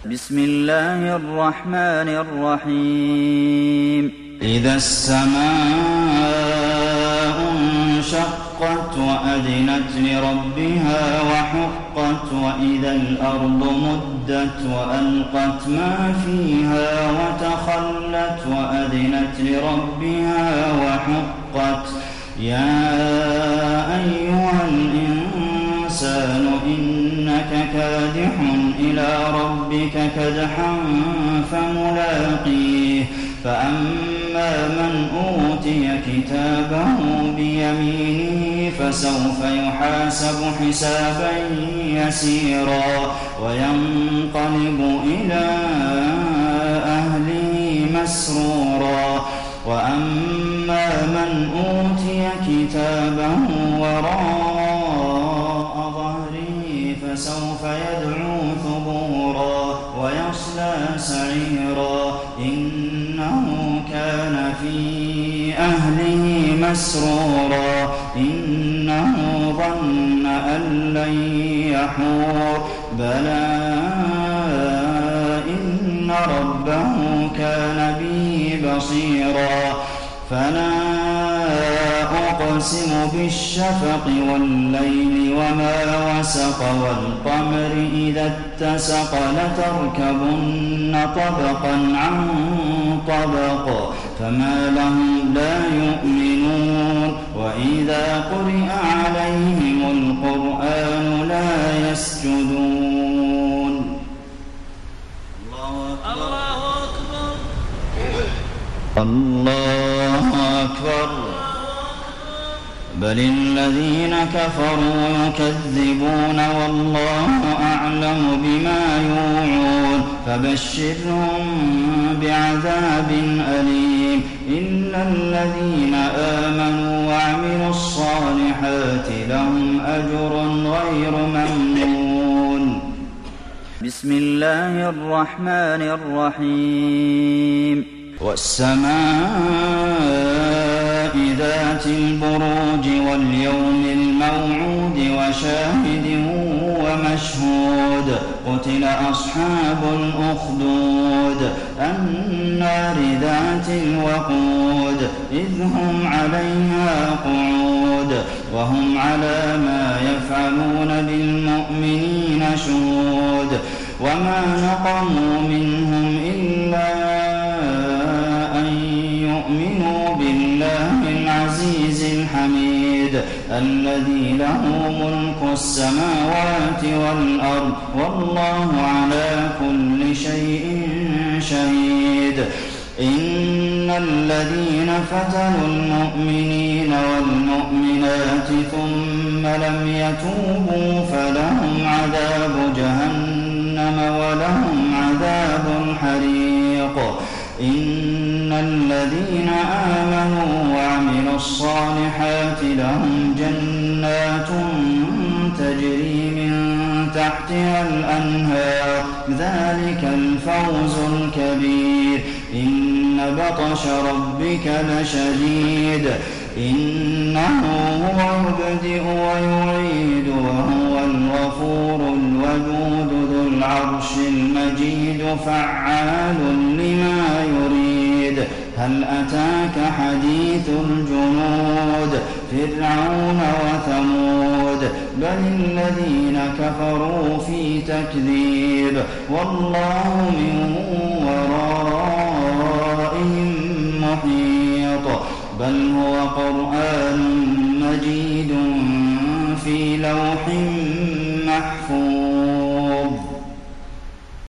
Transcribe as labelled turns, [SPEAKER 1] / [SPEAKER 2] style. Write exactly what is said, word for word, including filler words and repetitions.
[SPEAKER 1] بسم الله الرحمن الرحيم إذا السماء انشقت وأذنت لربها وحقت وإذا الأرض مدت وألقت ما فيها وتخلت وأذنت لربها وحقت يا أيها الإنسان إنك كادح إلى ربك كدحا فملاقيه فأما من أوتي كتابه بيمينه فسوف يحاسب حسابا يسيرا وينقلب إلى أهله مسرورا وأما من أوتي كتابه وراء ظهره فسوف يدعو ثبورا ويصلى سعيرا إنه كان في أهله مسرورا إنه ظن أن لن يحور بلى إن ربه كان به بصيرا فلا أقسم بالشفق والليل وما وسق والقمر إذا اتسق لتركبن طبقا عن طبق فما لهم لا يؤمنون وإذا قرئ عليهم القرآن لا يسجدون الله أكبر الله أكبر بل الذين كفروا يكذبون والله أعلم بما يوعون فبشرهم بعذاب أليم إلا الذين آمنوا وعملوا الصالحات لهم أجر غير ممنون بسم الله الرحمن الرحيم والسماء ذات البروج واليوم الموعود وشاهد ومشهود قتل أصحاب الأخدود النار ذات الوقود إذ هم عليها قعود وهم على ما يفعلون بالمؤمنين شهود وما نقموا منهم إلا يؤمنوا بالله العزيز الحميد الذي له ملك السماوات والأرض والله على كل شيء شهيد إن الذين فتنوا المؤمنين والمؤمنات ثم لم يتوبوا فلهم عذاب جهنم ولهم عذاب الحريق إن الذين آمنوا وعملوا الصالحات لهم جنات تجري من تحتها الأنهار ذلك الفوز الكبير إن بطش ربك لشديد إنه هو يبدئ ويعيد وهو الغفور الودود ذو العرش المجيد فعال لما يريد هل أتاك حديث الجنود فرعون وثمود بل الذين كفروا في تكذيب والله من ورائهم محيط بل هو قرآن مجيد في لوح محفوظ